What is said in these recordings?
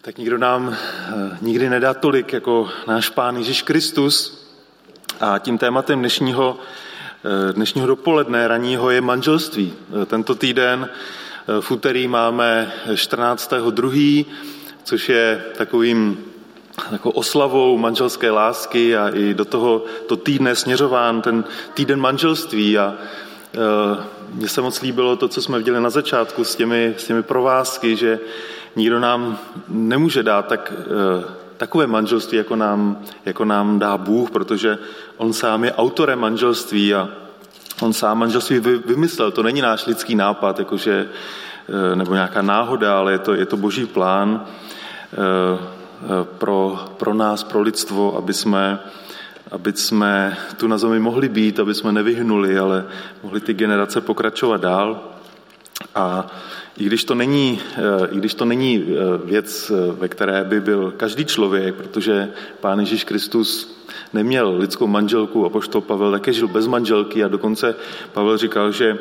Tak nikdo nám nikdy nedá tolik jako náš Pán Ježíš Kristus. A tím tématem dnešního dopoledne ranního je manželství. Tento týden v úterý máme 14.2., což je takovou oslavou manželské lásky a i do tohoto týdne směřován ten týden manželství. A mně se moc líbilo to, co jsme viděli na začátku s těmi provázky, že nikdo nám nemůže dát takové manželství, jako nám dá Bůh, protože on sám je autorem manželství a on sám manželství vymyslel. To není náš lidský nápad, nebo nějaká náhoda, ale je to Boží plán pro nás, pro lidstvo, aby jsme tu na zemi mohli být, aby jsme nevyhnuli, ale mohli ty generace pokračovat dál. A i když to není věc, ve které by byl každý člověk, protože Pán Ježíš Kristus neměl lidskou manželku, apoštol Pavel také žil bez manželky a dokonce Pavel říkal, že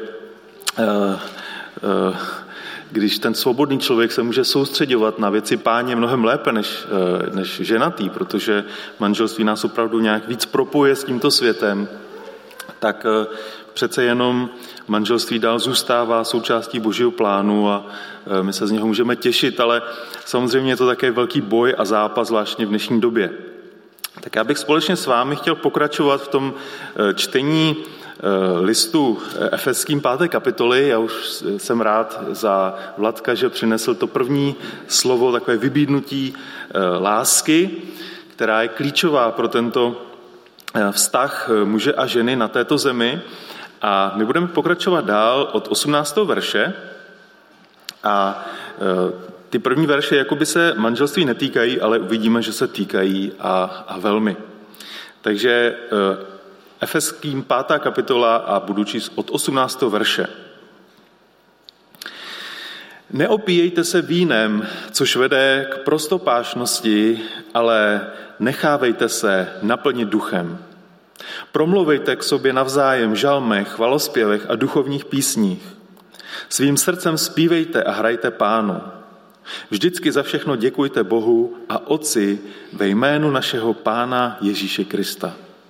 když ten svobodný člověk se může soustředovat na věci Páně mnohem lépe než ženatý, protože manželství nás opravdu nějak víc propojuje s tímto světem, tak přece jenom manželství dál zůstává součástí Božího plánu a my se z něho můžeme těšit, ale samozřejmě je to také velký boj a zápas, zvláštně v dnešní době. Tak já bych společně s vámi chtěl pokračovat v tom čtení listu Efeským 5. kapitoly. Já už jsem rád za Vladka, že přinesl to první slovo, takové vybídnutí lásky, která je klíčová pro tento vztah muže a ženy na této zemi. A my budeme pokračovat dál od 18. verše a ty první verše jakoby se manželství netýkají, ale uvidíme, že se týkají a velmi. Takže Efeským 5. kapitola a budu číst od 18. verše. Neopíjejte se vínem, což vede k prostopášnosti, ale nechávejte se naplnit duchem. Promluvejte k sobě navzájem v žalmech, chvalospěvech a duchovních písních. Svým srdcem zpívejte a hrajte Pánu. Vždycky za všechno děkujte Bohu a Otci ve jménu našeho Pána Ježíše Krista.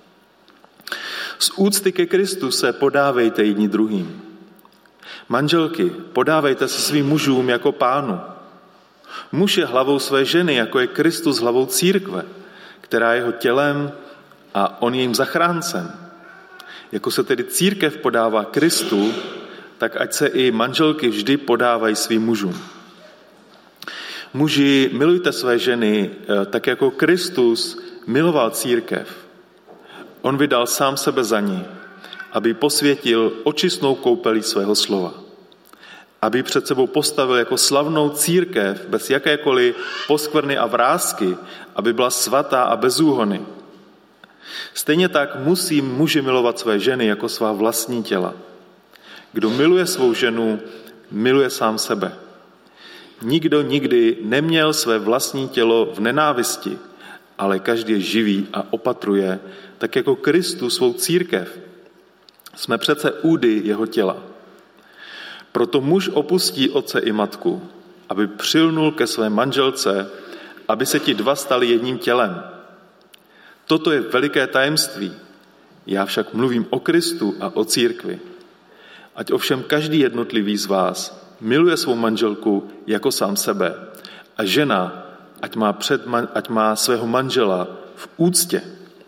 Z úcty ke Kristu se podávejte jedni druhým. Manželky, podávejte se svým mužům jako Pánu. Muž je hlavou své ženy, jako je Kristus hlavou církve, která je jeho tělem a on je jejím zachráncem. Jako se tedy církev podává Kristu, tak ať se i manželky vždy podávají svým mužům. Muži, milujte své ženy, tak jako Kristus miloval církev. On vydal sám sebe za ní, aby posvětil očistnou koupelí svého slova. Aby před sebou postavil jako slavnou církev bez jakékoliv poskvrny a vrásky, aby byla svatá a bez úhony. Stejně tak musí muži milovat své ženy jako svá vlastní těla. Kdo miluje svou ženu, miluje sám sebe. Nikdo nikdy neměl své vlastní tělo v nenávisti, ale každý je živý a opatruje, tak jako Kristus svou církev. Jsme přece údy jeho těla. Proto muž opustí otce i matku, aby přilnul ke své manželce, aby se ti dva stali jedním tělem. Toto je veliké tajemství. Já však mluvím o Kristu a o církvi. Ať ovšem každý jednotlivý z vás miluje svou manželku jako sám sebe a žena ať má svého manžela v úctě.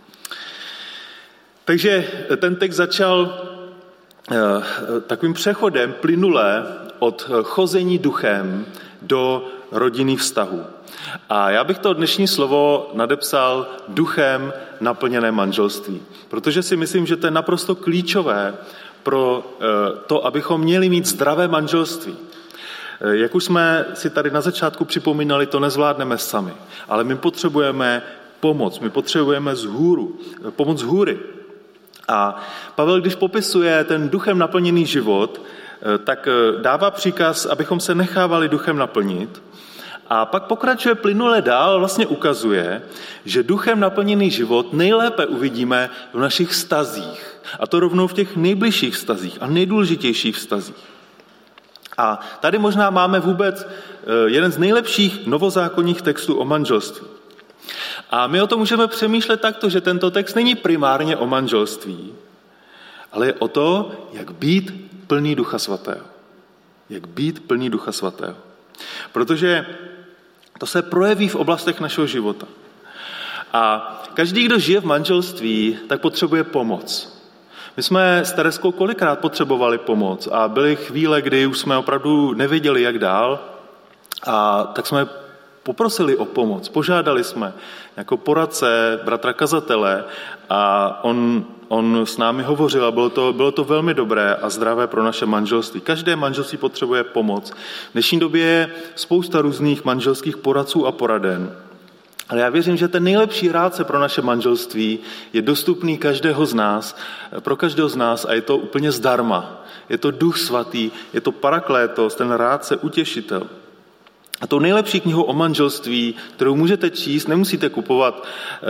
Takže ten text začal takovým přechodem plynulé od chození duchem do rodinných vztahů. A já bych to dnešní slovo nadepsal duchem naplněné manželství, protože si myslím, že to je naprosto klíčové pro to, abychom měli mít zdravé manželství. Jak už jsme si tady na začátku připomínali, to nezvládneme sami, ale my potřebujeme pomoc, my potřebujeme pomoc z hůry. A Pavel, když popisuje ten duchem naplněný život, tak dává příkaz, abychom se nechávali duchem naplnit. A pak pokračuje plynule dál, vlastně ukazuje, že duchem naplněný život nejlépe uvidíme v našich vztazích. A to rovnou v těch nejbližších vztazích a nejdůležitějších vztazích. A tady možná máme vůbec jeden z nejlepších novozákonních textů o manželství. A my o tom můžeme přemýšlet takto, že tento text není primárně o manželství, ale je o to, jak být plný Ducha Svatého. Jak být plný Ducha Svatého. Protože to se projeví v oblastech našeho života. A každý, kdo žije v manželství, tak potřebuje pomoc. My jsme s Tereskou kolikrát potřebovali pomoc a byly chvíle, kdy už jsme opravdu nevěděli, jak dál, a tak jsme poprosili o pomoc, požádali jsme jako poradce bratra kazatele a on s námi hovořil a bylo to velmi dobré a zdravé pro naše manželství. Každé manželství potřebuje pomoc. V dnešní době je spousta různých manželských poradců a poraden. Ale já věřím, že ten nejlepší rádce pro naše manželství je dostupný každého z nás, pro každého z nás a je to úplně zdarma. Je to Duch Svatý, je to Paraklétos, ten rádce, utěšitel. A tou nejlepší knihou o manželství, kterou můžete číst, nemusíte kupovat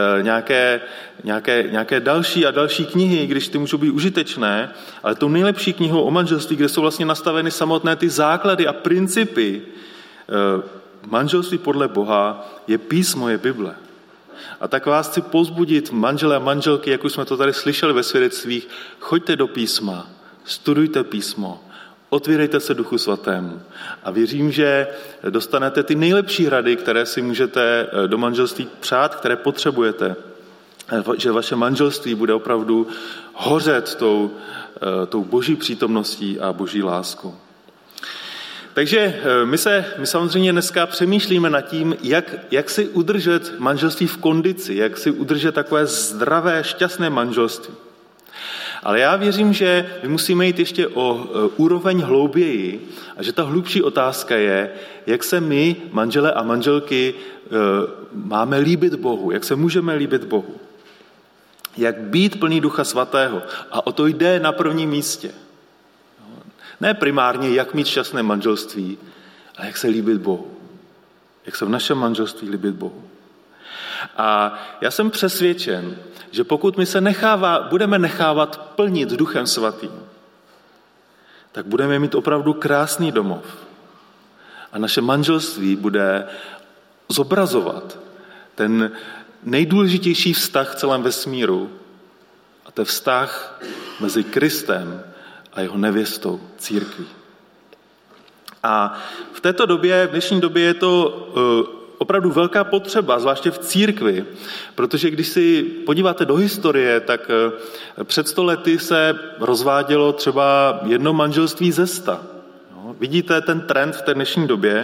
nějaké další a další knihy, když ty můžou být užitečné, ale tou nejlepší knihou o manželství, kde jsou vlastně nastaveny samotné ty základy a principy manželství podle Boha, je písmo, je Bible. A tak vás chci povzbudit, manželé a manželky, jak už jsme to tady slyšeli ve svědectvích, choďte do písma, studujte písmo, otvírejte se Duchu Svatému a věřím, že dostanete ty nejlepší rady, které si můžete do manželství přát, které potřebujete, že vaše manželství bude opravdu hořet tou boží přítomností a boží láskou. Takže my samozřejmě dneska přemýšlíme nad tím, jak si udržet manželství v kondici, jak si udržet takové zdravé, šťastné manželství. Ale já věřím, že my musíme jít ještě o úroveň hlouběji a že ta hlubší otázka je, jak se my, manželé a manželky, máme líbit Bohu, jak se můžeme líbit Bohu. Jak být plný Ducha Svatého. A o to jde na prvním místě. Ne primárně, jak mít šťastné manželství, ale jak se líbit Bohu. Jak se v našem manželství líbit Bohu. A já jsem přesvědčen, že pokud my se budeme nechávat plnit Duchem Svatým, tak budeme mít opravdu krásný domov. A naše manželství bude zobrazovat ten nejdůležitější vztah v celém vesmíru. A to je vztah mezi Kristem a jeho nevěstou, církví. A v této době, v dnešní době je to opravdu velká potřeba, zvláště v církvi, protože když si podíváte do historie, tak před 100 lety se rozvádělo třeba jedno manželství ze 100. Vidíte ten trend v té dnešní době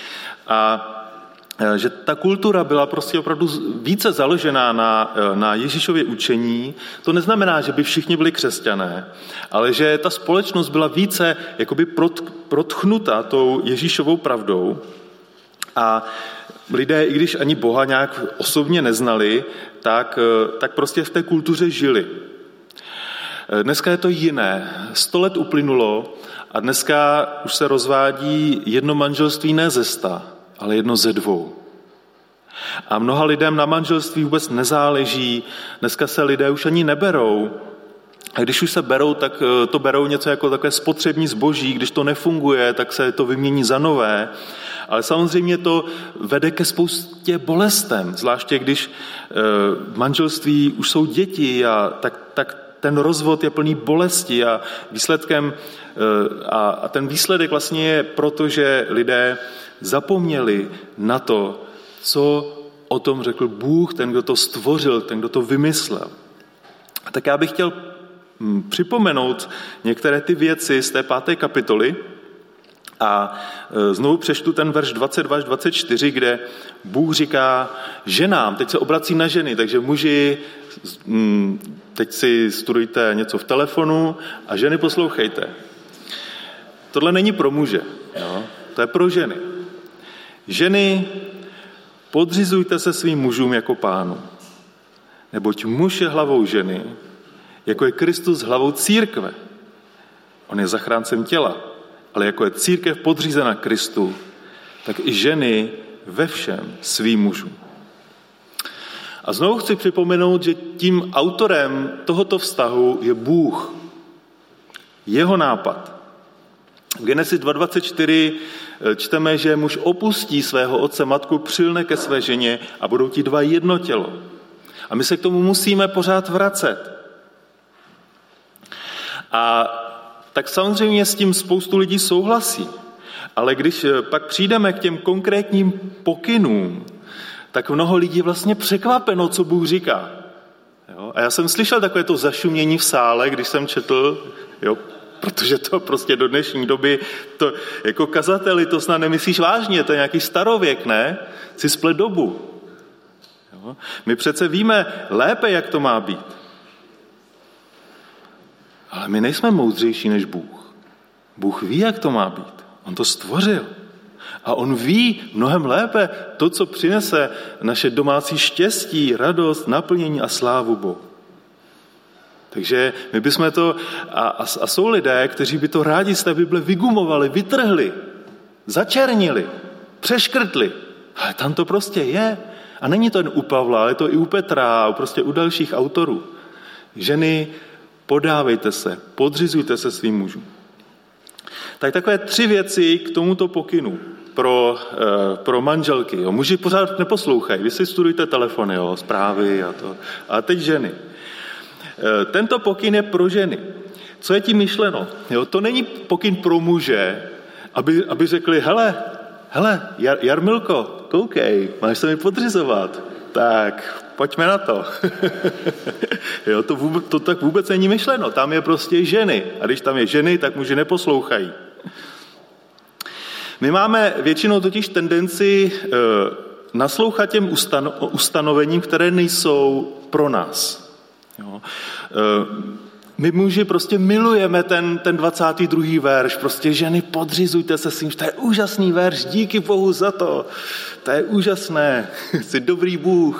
a že ta kultura byla prostě opravdu více založená na Ježíšově učení. To neznamená, že by všichni byli křesťané, ale že ta společnost byla více jakoby protchnuta tou Ježíšovou pravdou a lidé, i když ani Boha nějak osobně neznali, tak prostě v té kultuře žili. Dneska je to jiné. 100 let uplynulo a dneska už se rozvádí jedno manželství ne ze 100, ale jedno ze 2. A mnoha lidem na manželství vůbec nezáleží. Dneska se lidé už ani neberou. A když už se berou, tak to berou něco jako takové spotřební zboží. Když to nefunguje, tak se to vymění za nové. Ale samozřejmě to vede ke spoustě bolestem, zvláště když v manželství už jsou děti a tak ten rozvod je plný bolesti a výsledkem a ten výsledek vlastně je proto, že lidé zapomněli na to, co o tom řekl Bůh, ten, kdo to stvořil, ten, kdo to vymyslel. Tak já bych chtěl připomenout některé ty věci z té 5. kapitoly a znovu přečtu ten verš 22 až 24, kde Bůh říká ženám, teď se obrací na ženy, takže muži, teď si studujte něco v telefonu a ženy poslouchejte. Tohle není pro muže, jo? To je pro ženy. Ženy, podřizujte se svým mužům jako Pánu, neboť muž je hlavou ženy, jako je Kristus hlavou církve. On je zachráncem těla, ale jako je církev podřízena Kristu, tak i ženy ve všem svým mužům. A znovu chci připomenout, že tím autorem tohoto vztahu je Bůh. Jeho nápad. V Genesis 2.24 čteme, že muž opustí svého otce, matku, přilne ke své ženě a budou ti dva jedno tělo. A my se k tomu musíme pořád vracet. A tak samozřejmě s tím spoustu lidí souhlasí. Ale když pak přijdeme k těm konkrétním pokynům, tak mnoho lidí vlastně překvapeno, co Bůh říká. Jo? A já jsem slyšel takové to zašumění v sále, když jsem četl, jo, protože to prostě do dnešní doby, to jako kazateli to snad nemyslíš vážně, to je nějaký starověk, ne? Si splet dobu. Jo? My přece víme lépe, jak to má být. Ale my nejsme moudřejší než Bůh. Bůh ví, jak to má být. On to stvořil. A on ví mnohem lépe to, co přinese naše domácí štěstí, radost, naplnění a slávu Bohu. Takže my bychom to, a jsou lidé, kteří by to rádi z té Bible vygumovali, vytrhli, začernili, přeškrtli. Ale tam to prostě je. A není to jen u Pavla, ale je to i u Petra, prostě u dalších autorů. Ženy, podávejte se, podřizujte se svým mužům. Tak takové 3 věci k tomuto pokynu pro manželky. Jo. Muži pořád neposlouchají, vy si studujte telefony, jo, zprávy a to. A teď ženy. Tento pokyn je pro ženy. Co je tím myšleno? Jo, to není pokyn pro muže, aby řekli, hele, Jarmilko, koukej, máš se mi podřizovat. Tak, pojďme na to. Jo, to tak vůbec není myšleno. Tam je prostě ženy. A když tam je ženy, tak muži neposlouchají. My máme většinou totiž tendenci naslouchat těm ustanovením, které nejsou pro nás. Jo. My muži prostě milujeme ten 22. verš, prostě ženy, podřizujte se svým, to je úžasný verš, díky Bohu za to, to je úžasné, jsi dobrý Bůh.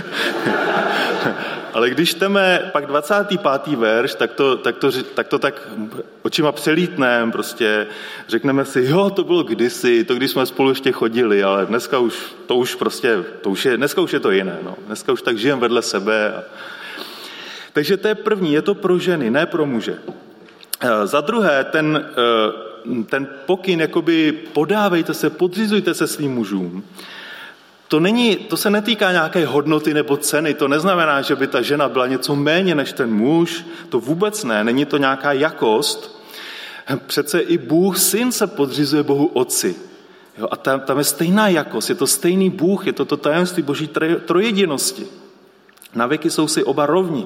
Ale když čteme pak 25. verš, tak to očima přelítneme, prostě řekneme si, jo, to bylo kdysi, to když jsme spolu ještě chodili, ale dneska už je to jiné, no. Dneska už tak žijeme vedle sebe. Takže to je první, je to pro ženy, ne pro muže. Za druhé, ten pokyn, jakoby podávejte se, podřizujte se svým mužům, to se netýká nějaké hodnoty nebo ceny, to neznamená, že by ta žena byla něco méně než ten muž, to vůbec ne, není to nějaká jakost. Přece i Bůh syn se podřizuje Bohu otci. Jo, a tam je stejná jakost, je to stejný Bůh, je to tajemství Boží trojedinosti. Na věky jsou si oba rovni.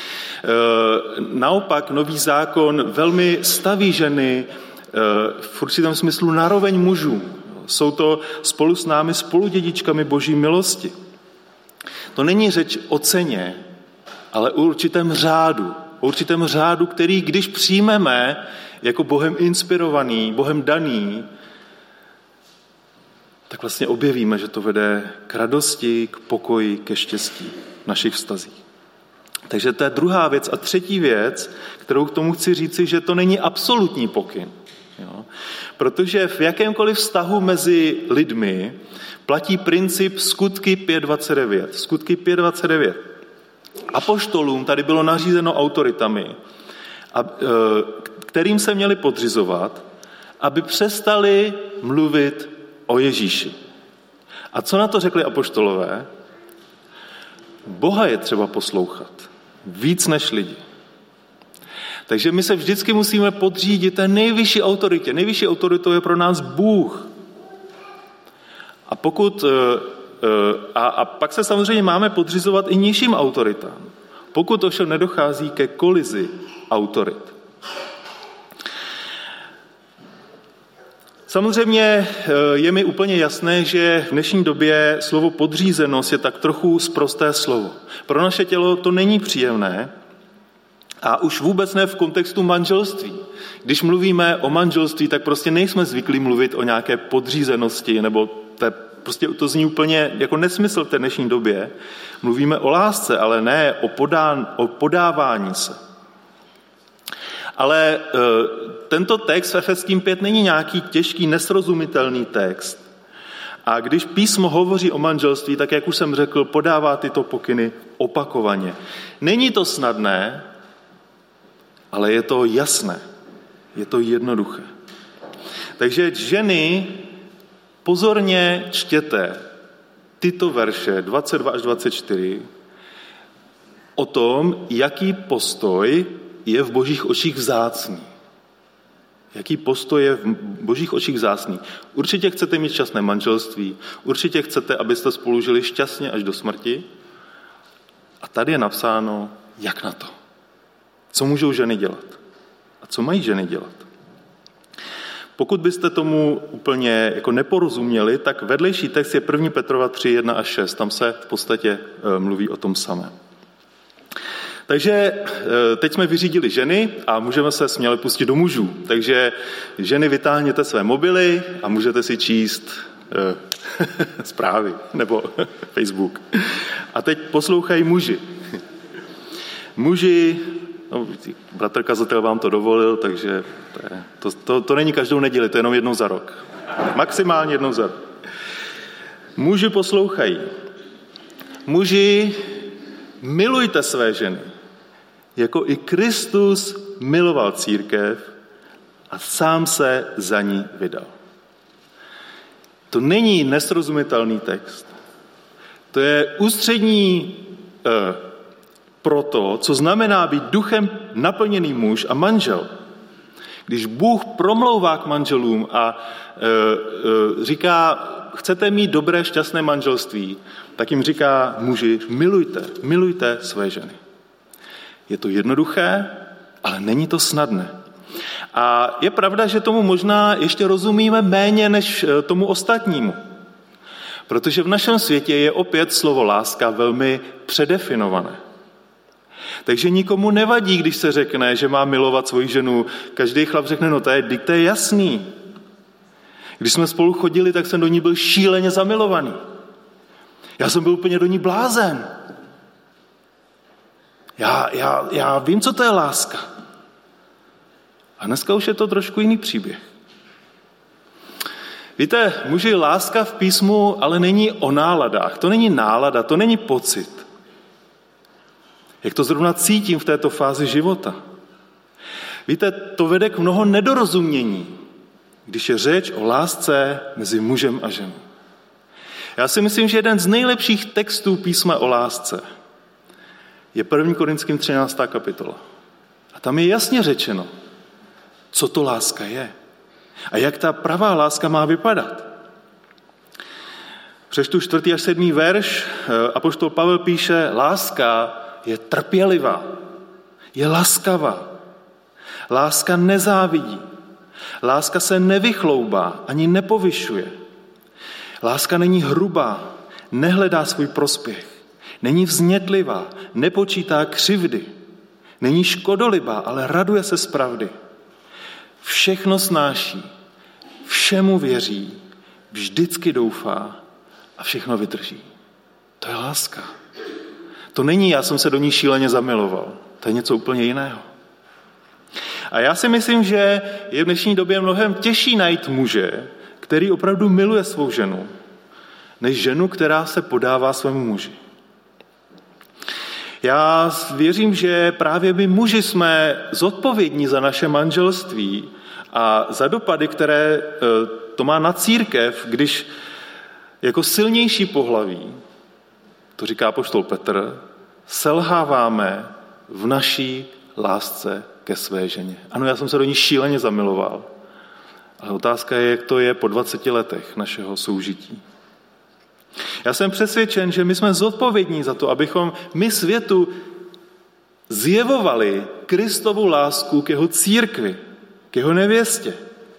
Naopak nový zákon velmi staví ženy v určitém smyslu naroveň mužů. Jsou to spolu s námi spoludědičkami Boží milosti. To není řeč o ceně, ale o určitém řádu. O určitém řádu, který když přijmeme jako Bohem inspirovaný, Bohem daný, tak vlastně objevíme, že to vede k radosti, k pokoji, ke štěstí v našich vztazích. Takže to je druhá věc. A třetí věc, kterou k tomu chci říci, že to není absolutní pokyn. Jo? Protože v jakémkoliv vztahu mezi lidmi platí princip skutky 5.29. Skutky 5.29. Apoštolům tady bylo nařízeno autoritami, kterým se měli podřizovat, aby přestali mluvit o Ježíši. A co na to řekli apoštolové? Boha je třeba poslouchat. Víc než lidi. Takže my se vždycky musíme podřídit té nejvyšší autoritě. Nejvyšší autoritou je pro nás Bůh. A pak se samozřejmě máme podřizovat i nižším autoritám. Pokud ovšem nedochází ke kolizi autorit. Samozřejmě je mi úplně jasné, že v dnešní době slovo podřízenost je tak trochu sprosté slovo. Pro naše tělo to není příjemné a už vůbec ne v kontextu manželství. Když mluvíme o manželství, tak prostě nejsme zvyklí mluvit o nějaké podřízenosti, nebo prostě to zní úplně jako nesmysl v té dnešní době. Mluvíme o lásce, ale ne o podávání se. Ale tento text v Efeským 5 není nějaký těžký, nesrozumitelný text. A když písmo hovoří o manželství, tak jak už jsem řekl, podává tyto pokyny opakovaně. Není to snadné, ale je to jasné. Je to jednoduché. Takže ženy, pozorně čtěte tyto verše 22 až 24 o tom, jaký postoj je v Božích očích vzácný. Jaký postoj je v Božích očích vzácný. Určitě chcete mít šťastné manželství, určitě chcete, abyste spolu žili šťastně až do smrti. A tady je napsáno, jak na to. Co můžou ženy dělat? A co mají ženy dělat? Pokud byste tomu úplně jako neporozuměli, tak vedlejší text je 1. Petrova 3, 1 až 6. Tam se v podstatě mluví o tom samém. Takže teď jsme vyřídili ženy a můžeme se směle pustit do mužů. Takže ženy, vytáhněte své mobily a můžete si číst zprávy nebo Facebook. A teď poslouchají muži. Muži, no, bratr kazatel vám to dovolil, takže to není každou neděli, to je jenom jednou za rok. Maximálně jednou za rok. Muži poslouchají. Muži, milujte své ženy, jako i Kristus miloval církev a sám se za ní vydal. To není nesrozumitelný text. To je ústřední pro to, co znamená být duchem naplněný muž a manžel. Když Bůh promlouvá k manželům a říká, chcete mít dobré, šťastné manželství, tak jim říká muži, milujte své ženy. Je to jednoduché, ale není to snadné. A je pravda, že tomu možná ještě rozumíme méně než tomu ostatnímu. Protože v našem světě je opět slovo láska velmi předefinované. Takže nikomu nevadí, když se řekne, že má milovat svoji ženu. Každý chlap řekne, no to je jasný. Když jsme spolu chodili, tak jsem do ní byl šíleně zamilovaný. Já jsem byl úplně do ní blázen. Já vím, co to je láska. A dneska už je to trošku jiný příběh. Víte, muži, láska v písmu ale není o náladách. To není nálada, to není pocit. Jak to zrovna cítím v této fázi života. Víte, to vede k mnoho nedorozumění, když je řeč o lásce mezi mužem a ženou. Já si myslím, že jeden z nejlepších textů písma o lásce je 1. Korinským 13. kapitola. A tam je jasně řečeno, co to láska je a jak ta pravá láska má vypadat. Přečtu 4. až 7. verš, apoštol Pavel píše, láska je trpělivá, je laskavá. Láska nezávidí. Láska se nevychloubá, ani nepovyšuje. Láska není hrubá, nehledá svůj prospěch. Není vznětlivá, nepočítá křivdy. Není škodolibá, ale raduje se z pravdy. Všechno snáší, všemu věří, vždycky doufá a všechno vydrží. To je láska. To není, já jsem se do ní šíleně zamiloval. To je něco úplně jiného. A já si myslím, že je v dnešní době mnohem těžší najít muže, který opravdu miluje svou ženu, než ženu, která se podává svému muži. Já věřím, že právě my muži jsme zodpovědní za naše manželství a za dopady, které to má na církev, když jako silnější pohlaví, to říká apoštol Petr, selháváme v naší lásce ke své ženě. Ano, já jsem se do ní šíleně zamiloval, ale otázka je, jak to je po 20 letech našeho soužití. Já jsem přesvědčen, že my jsme zodpovědní za to, abychom my světu zjevovali Kristovu lásku k jeho církvi, k jeho nevěstě.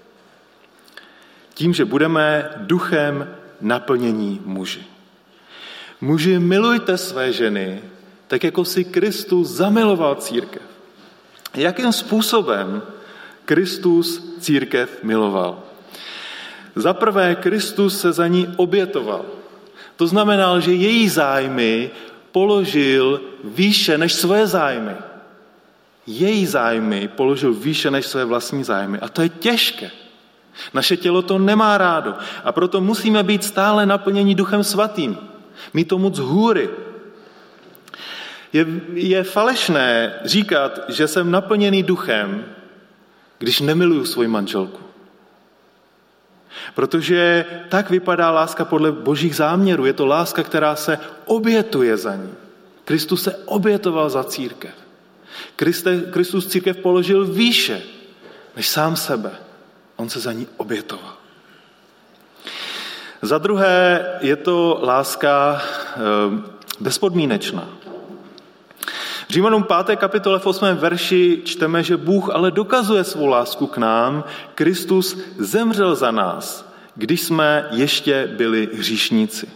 Tím, že budeme duchem naplnění muži. Muži, milujte své ženy, tak jako si Kristus zamiloval církev. Jakým způsobem Kristus církev miloval? Za prvé, Kristus se za ní obětoval. To znamená, že její zájmy položil výše než svoje zájmy. Její zájmy položil výše než své vlastní zájmy. A to je těžké. Naše tělo to nemá rádo. A proto musíme být stále naplněni Duchem Svatým. Mít to moc hůry. Je falešné říkat, že jsem naplněný duchem, když nemiluju svoji manželku. Protože tak vypadá láska podle božích záměrů. Je to láska, která se obětuje za ní. Kristus se obětoval za církev. Kristus církev položil výše než sám sebe. On se za ní obětoval. Za druhé je to láska bezpodmínečná. V Římanům 5. kapitole v 8. verši čteme, že Bůh ale dokazuje svou lásku k nám. Kristus zemřel za nás, když jsme ještě byli hříšníci.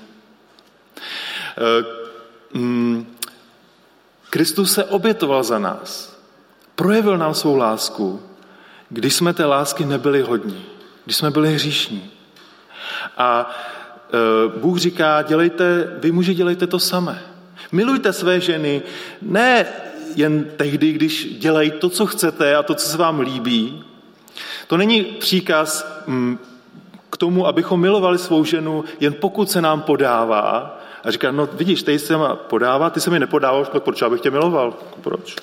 Kristus se obětoval za nás. Projevil nám svou lásku, když jsme té lásky nebyli hodní, když jsme byli hříšní. A Bůh říká, vy muži dělejte to samé. Milujte své ženy ne jen tehdy, když dělají to, co chcete a to, co se vám líbí. To není příkaz k tomu, abychom milovali svou ženu, jen pokud se nám podává. A říká, no vidíš, tady se mi podává, ty se mi nepodáváš, no proč já bych tě miloval? Proč?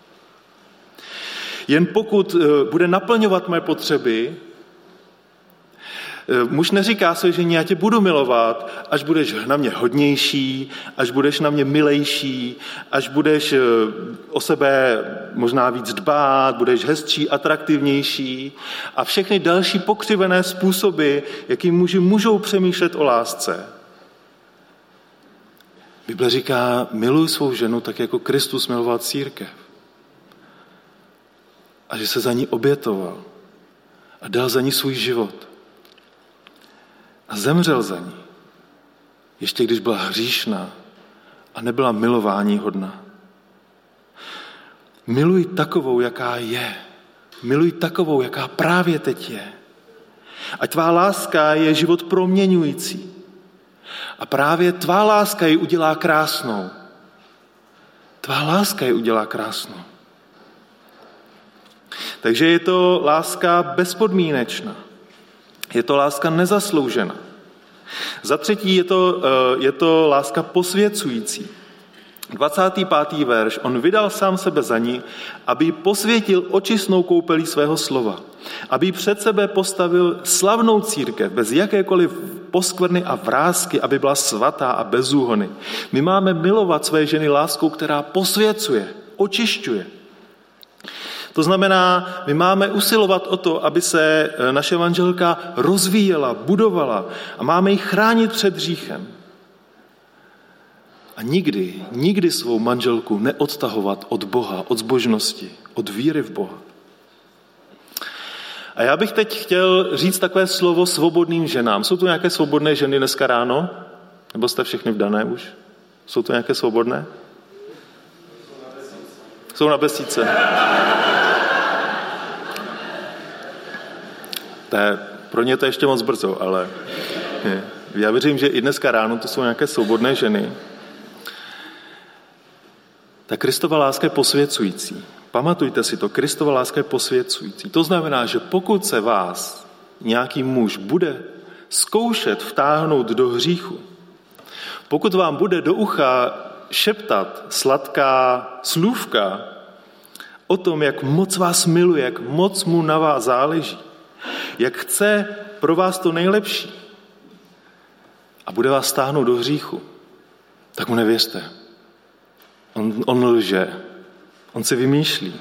Jen pokud bude naplňovat moje potřeby, muž neříká své ženě, já tě budu milovat, až budeš na mě hodnější, až budeš na mě milejší, až budeš o sebe možná víc dbát, budeš hezčí, atraktivnější a všechny další pokřivené způsoby, jakým muži můžou přemýšlet o lásce. Bible říká, miluj svou ženu tak, jako Kristus miloval církev. A že se za ní obětoval a dal za ní svůj život. A zemřel za ní, ještě když byla hříšná a nebyla milování hodná. Miluj takovou, jaká je. Miluj takovou, jaká právě teď je. Ať tvá láska je život proměňující. A právě tvá láska ji udělá krásnou. Tvá láska ji udělá krásnou. Takže je to láska bezpodmínečná. Je to láska nezasloužená. Za třetí je to láska posvěcující. 25. verš. On vydal sám sebe za ní, aby posvětil očistnou koupelí svého slova. Aby před sebe postavil slavnou církev bez jakékoliv poskvrny a vrásky, aby byla svatá a bez úhony. My máme milovat své ženy láskou, která posvěcuje, očišťuje. To znamená, my máme usilovat o to, aby se naše manželka rozvíjela, budovala a máme ji chránit před hříchem. A nikdy svou manželku neodtahovat od Boha, od zbožnosti, od víry v Boha. A já bych teď chtěl říct takové slovo svobodným ženám. Jsou tu nějaké svobodné ženy dneska ráno? Nebo jste všechny vdané už? Jsou tu nějaké svobodné? Jsou na besídce. Pro ně to ještě moc brzo, ale já věřím, že i dneska ráno to jsou nějaké svobodné ženy. Ta Kristova láska je posvěcující. Pamatujte si to, Kristova láska je posvěcující. To znamená, že pokud se vás nějaký muž bude zkoušet vtáhnout do hříchu, pokud vám bude do ucha šeptat sladká slůvka o tom, jak moc vás miluje, jak moc mu na vás záleží, jak chce pro vás to nejlepší a bude vás stáhnout do hříchu, tak mu nevěřte. On lže. On si vymýšlí.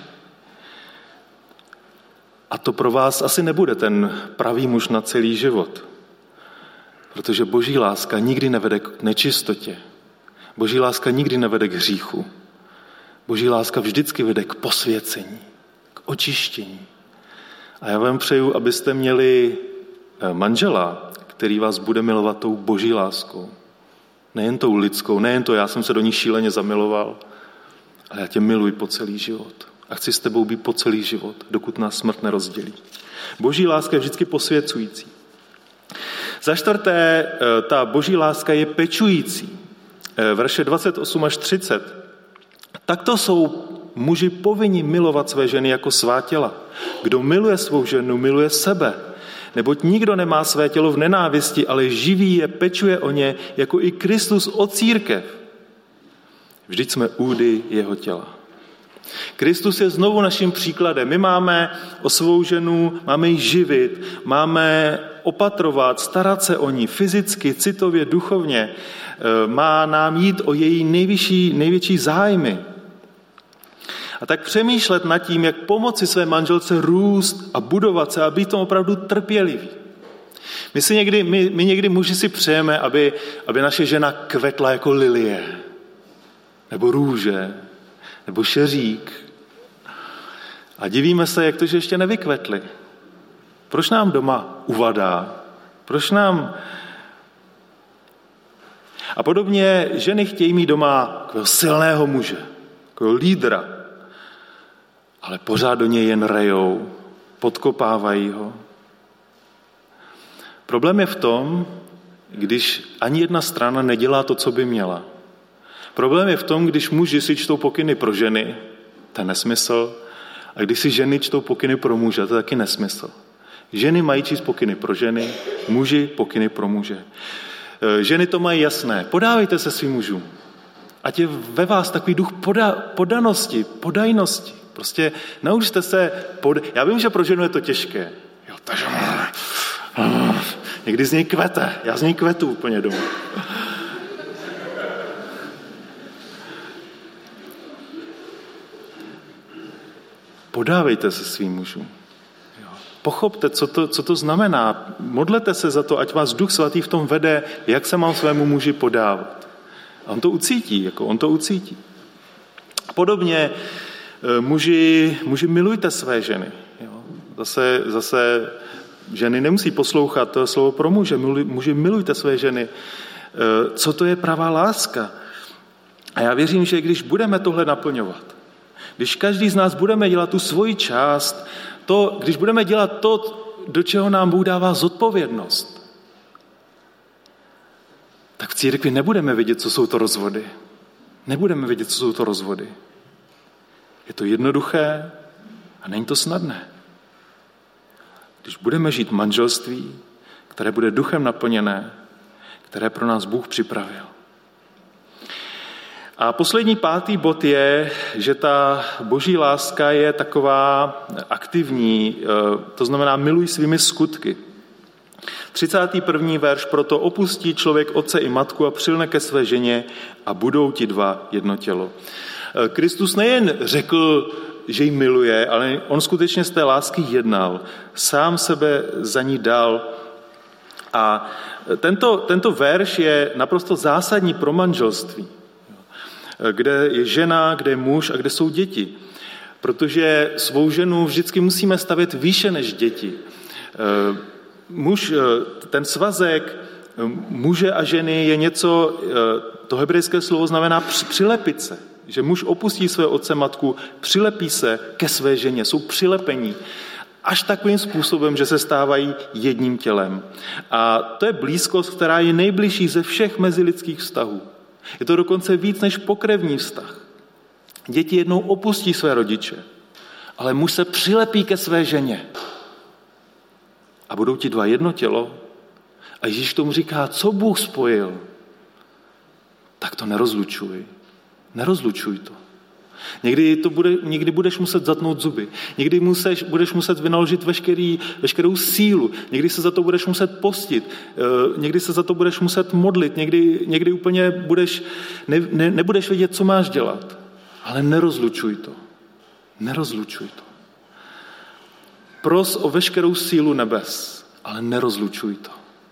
A to pro vás asi nebude ten pravý muž na celý život. Protože boží láska nikdy nevede k nečistotě. Boží láska nikdy nevede k hříchu. Boží láska vždycky vede k posvěcení, k očištění. A já vám přeju, abyste měli manžela, který vás bude milovat tou boží láskou. Nejen tou lidskou, nejen to, já jsem se do ní šíleně zamiloval, ale já tě miluji po celý život. A chci s tebou být po celý život, dokud nás smrt nerozdělí. Boží láska je vždycky posvěcující. Za čtvrté, ta boží láska je pečující. Verše 28 až 30. Takto jsou muži povinni milovat své ženy jako svá těla. Kdo miluje svou ženu, miluje sebe. Neboť nikdo nemá své tělo v nenávisti, ale živí je, pečuje o ně, jako i Kristus o církev. Vždyť jsme údy jeho těla. Kristus je znovu naším příkladem. My máme o svou ženu, máme ji živit, máme opatrovat, starat se o ní fyzicky, citově, duchovně. Má nám jít o její největší zájmy. A tak přemýšlet nad tím, jak pomoci své manželce růst a budovat se a být tomu opravdu trpělivý. My někdy muži si přejeme, aby naše žena kvetla jako lilie, nebo růže, nebo šeřík. A divíme se, jak to, že ještě nevykvetly. Proč nám doma uvadá? Proč nám... A podobně ženy chtějí mít doma takového silného muže, takového lídra, ale pořád do něj jen rejou, podkopávají ho. Problém je v tom, když ani jedna strana nedělá to, co by měla. Problém je v tom, když muži si čtou pokyny pro ženy, to je nesmysl, a když si ženy čtou pokyny pro muže, to je taky nesmysl. Ženy mají číst pokyny pro ženy, muži pokyny pro muže. Ženy to mají jasné. Podávejte se svým mužům. Ať je ve vás takový duch podanosti, podajnosti. Prostě naučte se... Já vím, že pro ženu je to těžké. Jo, takže... Někdy z něj kvete. Já z něj kvetu úplně doma. Podávejte se svým mužům. Pochopte, co to znamená. Modlete se za to, ať vás Duch Svatý v tom vede, jak se mám svému muži podávat. A on to ucítí. Podobně muži milujte své ženy. Jo. Zase ženy nemusí poslouchat to slovo pro muže. Muži milujte své ženy. Co to je pravá láska? A já věřím, že když budeme tohle naplňovat, když každý z nás budeme dělat tu svoji část, když budeme dělat to, do čeho nám Bůh dává zodpovědnost, tak v církvi nebudeme vědět, co jsou to rozvody. Nebudeme vědět, co jsou to rozvody. Je to jednoduché a není to snadné. Když budeme žít manželství, které bude duchem naplněné, které pro nás Bůh připravil. A poslední 5. bod je, že ta boží láska je taková aktivní, to znamená miluj svými skutky. 31. verš, proto opustí člověk otce i matku a přilne ke své ženě a budou ti dva jedno tělo. Kristus nejen řekl, že ji miluje, ale on skutečně z té lásky jednal. Sám sebe za ní dal. A tento verš je naprosto zásadní pro manželství. Kde je žena, kde je muž a kde jsou děti. Protože svou ženu vždycky musíme stavět výše než děti. Ten svazek muže a ženy je něco, to hebrejské slovo znamená přilepit se. Že muž opustí své otce matku, přilepí se ke své ženě, jsou přilepení. Až takovým způsobem, že se stávají jedním tělem. A to je blízkost, která je nejbližší ze všech mezilidských vztahů. Je to dokonce víc než pokrevní vztah. Děti jednou opustí své rodiče, ale muž se přilepí ke své ženě. A budou ti dva jedno tělo. A Ježíš tomu říká, co Bůh spojil, tak to nerozlučuj. Nerozlučuj to. Někdy budeš muset zatnout zuby. Někdy budeš muset vynaložit veškerou sílu. Někdy se za to budeš muset postit. Někdy se za to budeš muset modlit. Někdy úplně nebudeš vědět, co máš dělat. Ale nerozlučuj to. Nerozlučuj to. Pros o veškerou sílu nebes, ale nerozlučuj to.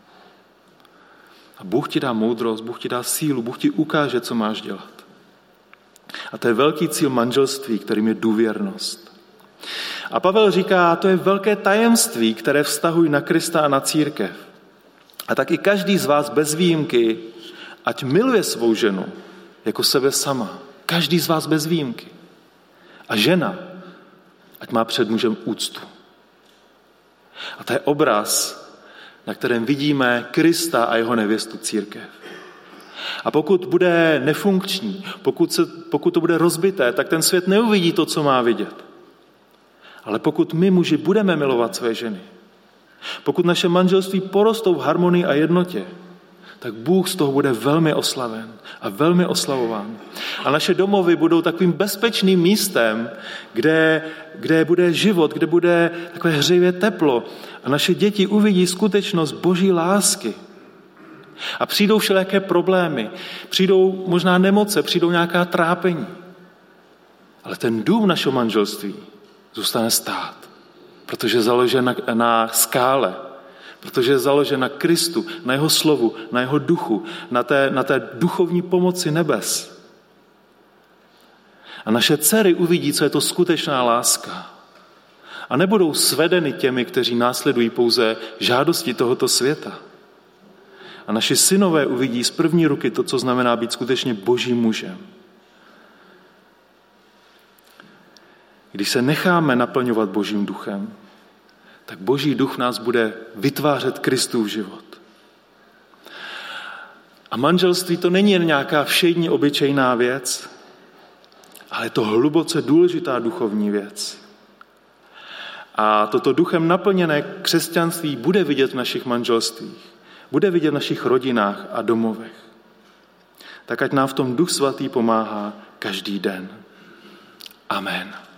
A Bůh ti dá moudrost, Bůh ti dá sílu, Bůh ti ukáže, co máš dělat. A to je velký cíl manželství, kterým je důvěrnost. A Pavel říká, to je velké tajemství, které vztahují na Krista a na církev. A tak i každý z vás bez výjimky, ať miluje svou ženu jako sebe sama. Každý z vás bez výjimky. A žena, ať má před mužem úctu. A to je obraz, na kterém vidíme Krista a jeho nevěstu církev. A pokud bude nefunkční, pokud to bude rozbité, tak ten svět neuvidí to, co má vidět. Ale pokud my, muži, budeme milovat své ženy, pokud naše manželství porostou v harmonii a jednotě, tak Bůh z toho bude velmi oslaven a velmi oslavován. A naše domovy budou takovým bezpečným místem, kde bude život, kde bude takové hřejivé teplo a naše děti uvidí skutečnost Boží lásky. A přijdou všelijaké problémy, přijdou možná nemoce, přijdou nějaká trápení. Ale ten dům našeho manželství zůstane stát, protože je založen na skále, protože je založen na Kristu, na jeho slovu, na jeho duchu, na té duchovní pomoci nebes. A naše dcery uvidí, co je to skutečná láska. A nebudou svedeny těmi, kteří následují pouze žádosti tohoto světa. A naši synové uvidí z první ruky to, co znamená být skutečně Božím mužem. Když se necháme naplňovat Božím duchem, tak Boží duch v nás bude vytvářet Kristův život. A manželství to není jen nějaká všední obyčejná věc, ale je to hluboce důležitá duchovní věc. A toto duchem naplněné křesťanství bude vidět v našich manželstvích, bude vidět v našich rodinách a domovech. Tak ať nám v tom Duch Svatý pomáhá každý den. Amen.